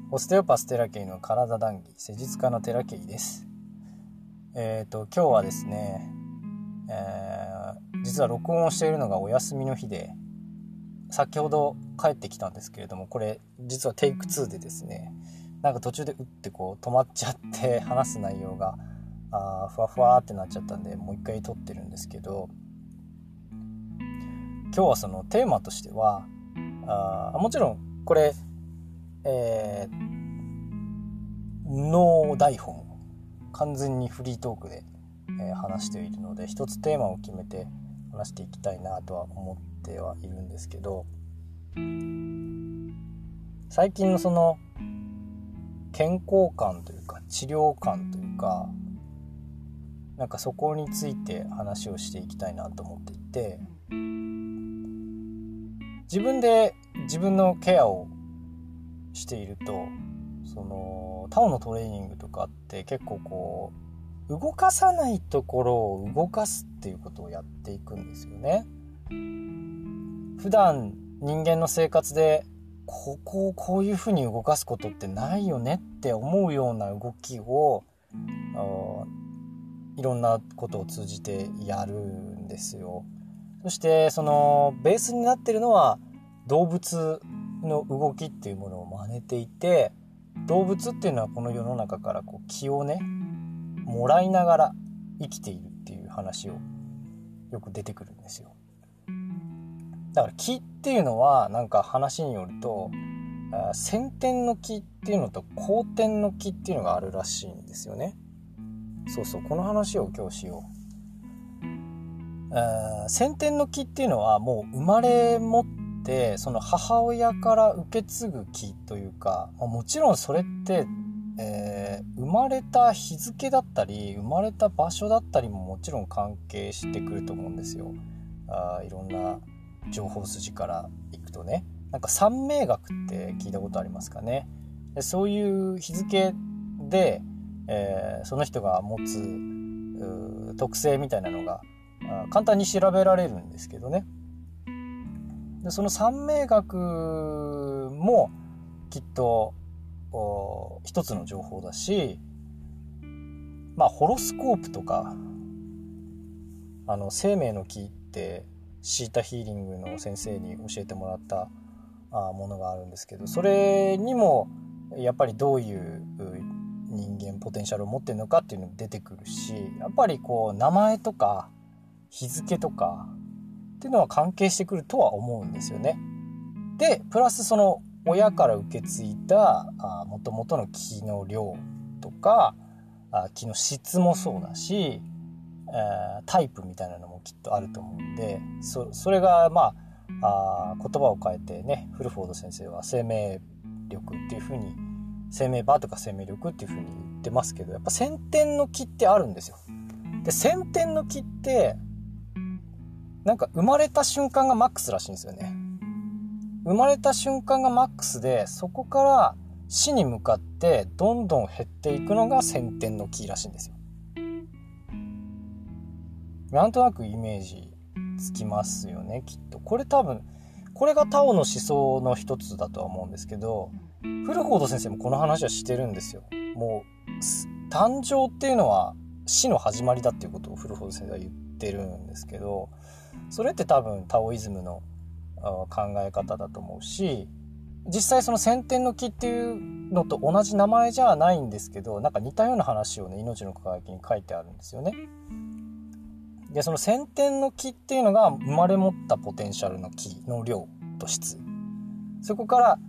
オステオパステラケイの体談義、施術家のテラケイです。今日はですね、実は録音をしているのがお休みの日で、先ほど帰ってきたんですけれども、これ実はテイク2でですね、なんか途中でこう止まっちゃって話す内容がふわふわってなっちゃったんで、もう一回撮ってるんですけど、今日はそのテーマとしてはもちろんこれノー台本、完全にフリートークで、話しているので、一つテーマを決めて話していきたいなとは思ってはいるんですけど、最近のその健康観というか治療観というか、なんかそこについて話をしていきたいなと思っていて、自分で自分のケアをしていると、そのタオのトレーニングとかって結構こう動かさないところを動かすっていうことをやっていくんですよね。普段人間の生活でここをこういうふうに動かすことってないよねって思うような動きをいろんなことを通じてやるんですよ。そしてそのベースになっているのは動物の動きっていうものを真似ていて、動物っていうのはこの世の中からこう気をねもらいながら生きているっていう話をよく出てくるんですよ。だから気っていうのはなんか話によると先天の気っていうのと後天の気っていうのがあるらしいんですよね。そうこの話を今日しよう。先天の気っていうのはもう生まれ持ってその母親から受け継ぐ気というか、もちろんそれって、生まれた日付だったり生まれた場所だったりももちろん関係してくると思うんですよ。いろんな情報筋からいくとね、なんか三名学って聞いたことありますかね。でそういう日付で、その人が持つ特性みたいなのが簡単に調べられるんですけどね。でその三名学もきっと一つの情報だし、ホロスコープとか生命の木ってシータヒーリングの先生に教えてもらったものがあるんですけど、それにもやっぱりどういう人間ポテンシャルを持ってるのかっていうのが出てくるし、やっぱりこう名前とか日付とかっていうのは関係してくるとは思うんですよね。でプラスその親から受け継いだ元々の気の量とか気の質もそうだし、タイプみたいなのもきっとあると思うんで、それが言葉を変えてね、フルフォード先生は生命力っていう風に、生命場とか生命力っていう風に言ってますけど、やっぱ先天の気ってあるんですよ。で先天の気ってなんか生まれた瞬間がマックスらしいんですよね。生まれた瞬間がマックスで、そこから死に向かってどんどん減っていくのが先天の気らしいんですよ。なんとなくイメージつきますよね、きっと。これ多分これがタオの思想の一つだとは思うんですけど、フルフォード先生もこの話はしてるんですよ。もう誕生っていうのは死の始まりだっていうことをフルフォード先生は言ってるんですけど、それって多分タオイズムの考え方だと思うし、実際その先天の気っていうのと同じ名前じゃないんですけど、なんか似たような話をね、命の輝きに書いてあるんですよね。でその先天の気っていうのが生まれ持ったポテンシャルの気の量と質、そこから、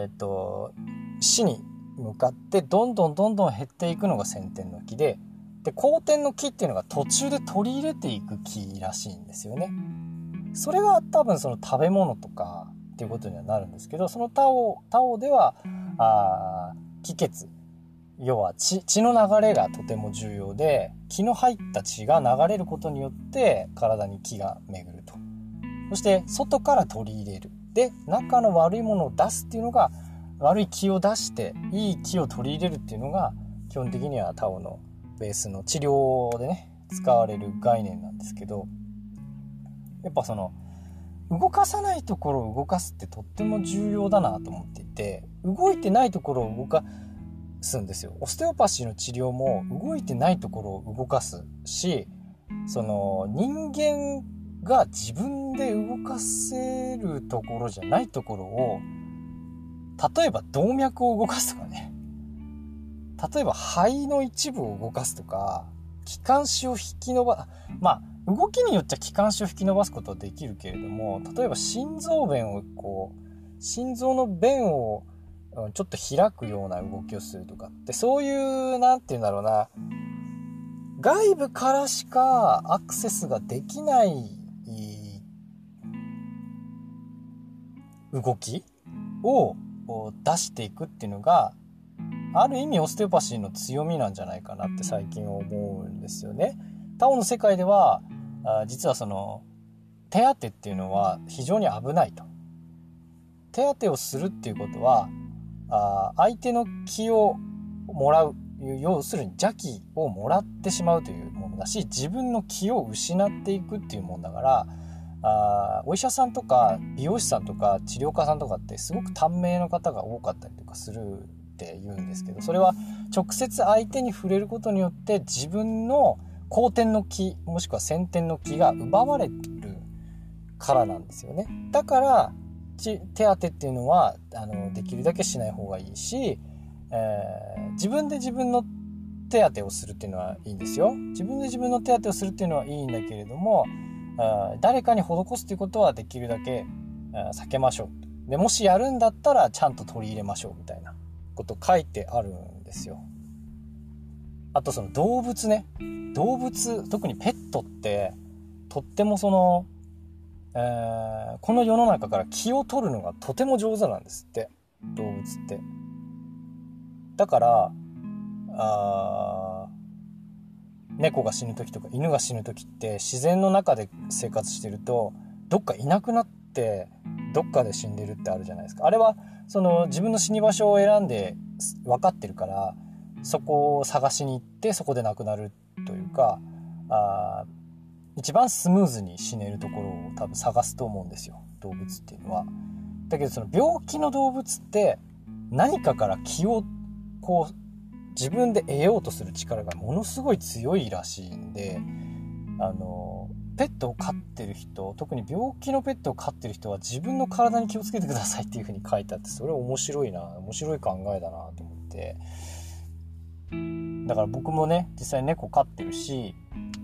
死に向かってどんどん減っていくのが先天の気で、後天の気っていうのが途中で取り入れていく気らしいんですよね。それが多分その食べ物とかっていうことにはなるんですけど、そのタオでは気血、要は血の流れがとても重要で、気の入った血が流れることによって体に気が巡ると。そして外から取り入れる。で中の悪いものを出すっていうのが、悪い気を出していい気を取り入れるっていうのが基本的にはタオのベースの治療でね使われる概念なんですけど、やっぱその動かさないところを動かすってとっても重要だなと思っていて、 動いてないところを動かすんですよ。オステオパシーの治療も動いてないところを動かすし、その人間が自分で動かせるところじゃないところを、例えば動脈を動かすとかね、例えば肺の一部を動かすとか、気管支を引き伸ば動きによっちゃ気管支を引き伸ばすことはできるけれども、例えば心臓の弁をちょっと開くような動きをするとかって、そういうなんていうんだろうな、外部からしかアクセスができない動きを出していくっていうのが、ある意味オステオパシーの強みなんじゃないかなって最近思うんですよね。タオの世界では実はその手当てっていうのは非常に危ないと。手当てをするっていうことは相手の気をもらう、要するに邪気をもらってしまうというものだし、自分の気を失っていくっていうものだから、お医者さんとか美容師さんとか治療家さんとかってすごく短命の方が多かったりとかするって言うんですけど、それは直接相手に触れることによって自分の後天の気もしくは先天の気が奪われるからなんですよね。だから手当てっていうのはできるだけしない方がいいし、自分で自分の手当てをするっていうのはいいんですよ。自分で自分の手当てをするっていうのはいいんだけれども、誰かに施すということはできるだけ避けましょう。でもしやるんだったらちゃんと取り入れましょうみたいなこと書いてあるんですよ。あとその動物ね、特にペットってとってもその、この世の中から気を取るのがとても上手なんですって、動物って。だから猫が死ぬ時とか犬が死ぬ時って自然の中で生活してるとどっかいなくなってどっかで死んでるってあるじゃないですか。あれはその自分の死に場所を選んで分かってるから、そこを探しに行ってそこで亡くなるというか、一番スムーズに死ねるところを多分探すと思うんですよ、動物っていうのは。だけどその病気の動物って何かから気をこう自分で得ようとする力がものすごい強いらしいんで、ペットを飼ってる人、特に病気のペットを飼ってる人は自分の体に気をつけてくださいっていう風に書いてあって、それ面白い考えだなと思って。だから僕もね実際猫飼ってるし、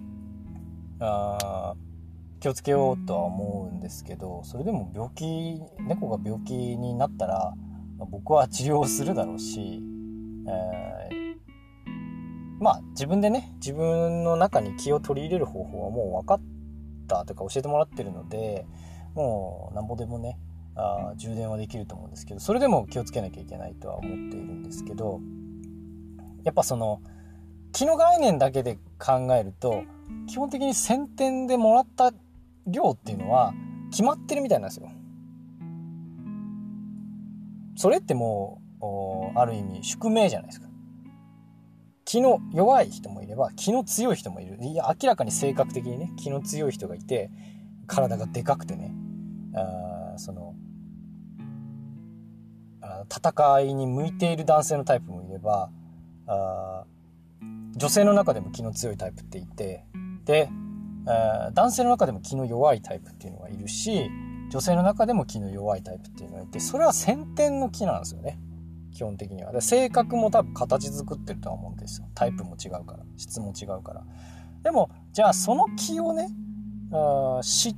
気をつけようとは思うんですけど、それでも猫が病気になったら僕は治療をするだろうし、自分でね自分の中に気を取り入れる方法はもう分かったとか教えてもらってるので、もうなんぼでもね充電はできると思うんですけど、それでも気をつけなきゃいけないとは思っているんですけど、やっぱその気の概念だけで考えると基本的に先天でもらった量っていうのは決まってるみたいなんですよ。それってもうある意味宿命じゃないですか。気の弱い人もいれば気の強い人もいる。いや明らかに性格的にね気の強い人がいて体がでかくてね、戦いに向いている男性のタイプもいれば、女性の中でも気の強いタイプっていて、で男性の中でも気の弱いタイプっていうのがいるし、女性の中でも気の弱いタイプっていうのがいて、それは先天の気なんですよね、基本的には。で性格も多分形作ってるとは思うんですよ。タイプも違うから、質も違うから。でもじゃあその気をね知って、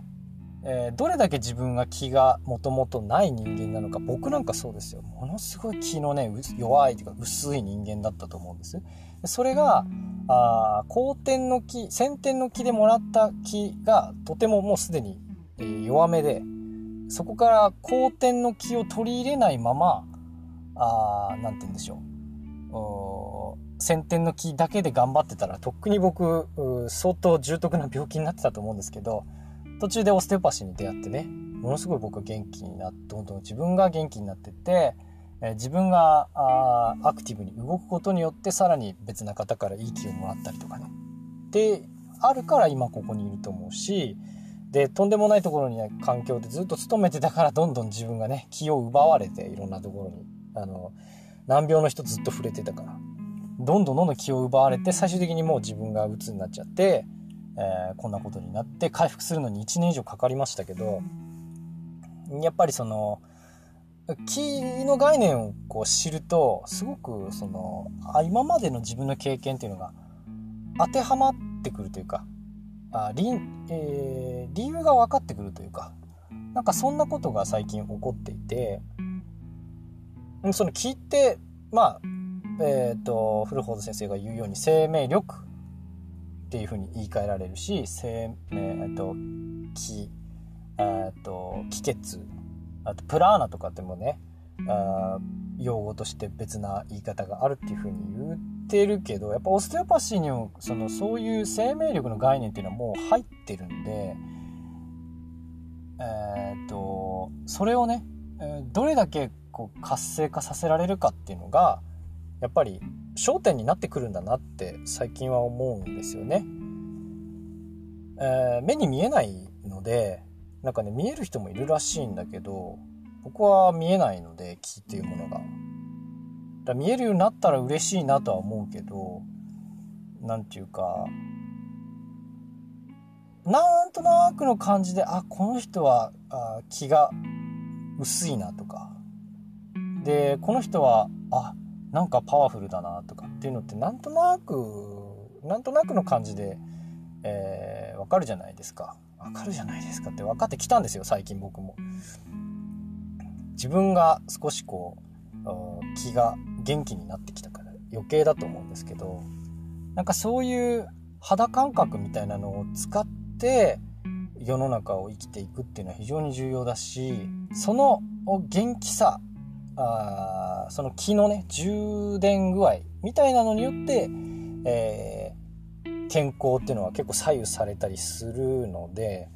どれだけ自分が気がもともとない人間なのか。僕なんかそうですよ。ものすごい気のね弱いというか薄い人間だったと思うんです。それが後天の気、先天の気でもらった気がとてももうすでに弱めで、そこから後天の気を取り入れないままなんて言うんでしょう、先天の気だけで頑張ってたらとっくに僕相当重篤な病気になってたと思うんですけど、途中でオステオパシーに出会ってね、ものすごい僕は元気になって、どんどん自分が元気になってって、自分がアクティブに動くことによってさらに別な方からいい気をもらったりとかねであるから今ここにいると思うし、 でとんでもないところに、ね、環境でずっと勤めてたから、どんどん自分がね気を奪われて、いろんなところに難病の人ずっと触れてたから、どんどん気を奪われて、最終的にもう自分が鬱になっちゃって、こんなことになって回復するのに1年以上かかりましたけど、やっぱりその気の概念をこう知ると、すごくその今までの自分の経験っていうのが当てはまってくるというか、理由が分かってくるというか、なんかそんなことが最近起こっていて、その気ってまあ古本先生が言うように生命力っていうふうに言い換えられるし、気血、あとプラーナとかってもね、用語として別な言い方があるっていうふうに言ってるけど、やっぱオステオパシーにもそういう生命力の概念っていうのはもう入ってるんで、それをね、どれだけこう活性化させられるかっていうのがやっぱり焦点になってくるんだなって最近は思うんですよね。目に見えないので、なんかね見える人もいるらしいんだけど、僕は見えないので、気っていうものが見えるようになったら嬉しいなとは思うけど、なんていうか、なんとなくの感じで、この人は気が薄いなとかで、この人はなんかパワフルだなとかっていうのってなんとなくの感じで、わかるじゃないですか。って分かってきたんですよ、最近僕も。自分が少しこう気が元気になってきたから余計だと思うんですけど、なんかそういう肌感覚みたいなのを使って世の中を生きていくっていうのは非常に重要だし、その元気さ、その気のね充電具合みたいなのによって、健康っていうのは結構左右されたりするので、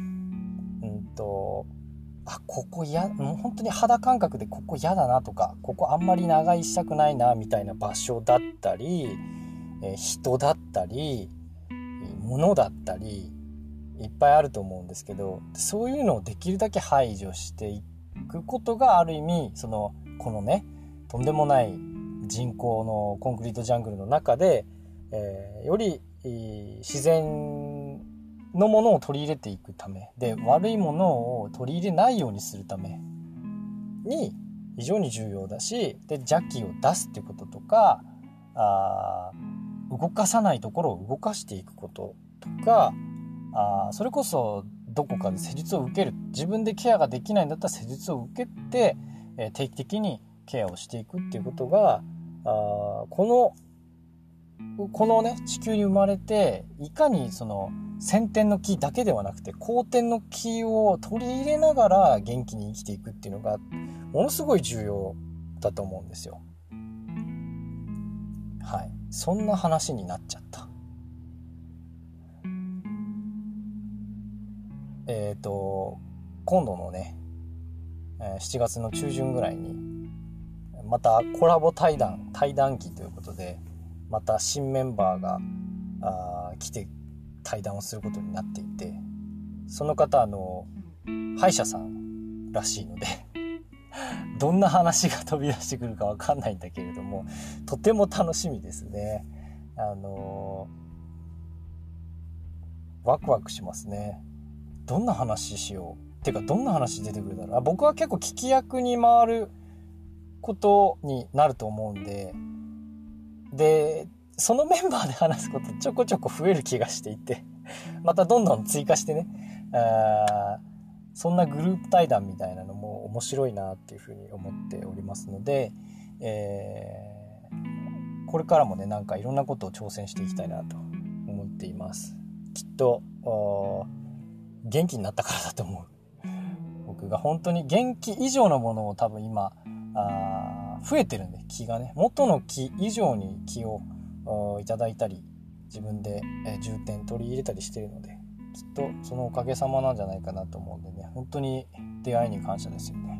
ここもう本当に肌感覚でここ嫌だなとか、ここあんまり長居したくないなみたいな場所だったり、人だったり物だったりいっぱいあると思うんですけど、そういうのをできるだけ排除していくことが、ある意味このねとんでもない人工のコンクリートジャングルの中で、より自然のものを取り入れていくためで、悪いものを取り入れないようにするために非常に重要だし、で邪気を出すっていうこととか、動かさないところを動かしていくこととか、それこそどこかで施術を受ける、自分でケアができないんだったら施術を受けて、定期的にケアをしていくっていうことが、このね地球に生まれて、いかにその先天の気だけではなくて後天の気を取り入れながら元気に生きていくっていうのがものすごい重要だと思うんですよ。はい、そんな話になっちゃった。今度のね7月の中旬ぐらいにまたコラボ対談期ということで、また新メンバーが来て対談をすることになっていて、その方歯医者さんらしいのでどんな話が飛び出してくるかわかんないんだけれども、とても楽しみですね。ワクワクしますね。どんな話しようっていうか、どんな話出てくるだろう。僕は結構聞き役に回ることになると思うんで、そのメンバーで話すことちょこちょこ増える気がしていてまたどんどん追加してね、そんなグループ対談みたいなのも面白いなっていうふうに思っておりますので、これからもねなんかいろんなことを挑戦していきたいなと思っています。きっと元気になったからだと思う。僕が本当に元気以上のものを多分今増えてるんで、気がね元の気以上に気をいただいたり、自分で重点取り入れたりしているので、きっとそのおかげさまなんじゃないかなと思うんでね、本当に出会いに感謝ですよね。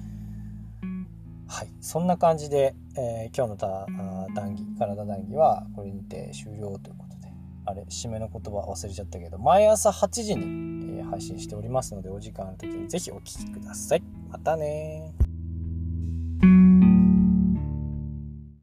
はい、そんな感じで、今日の体談義はこれにて終了ということで、締めの言葉忘れちゃったけど、毎朝8時に、 配信しておりますので、お時間ある時にぜひお聞きください。またね。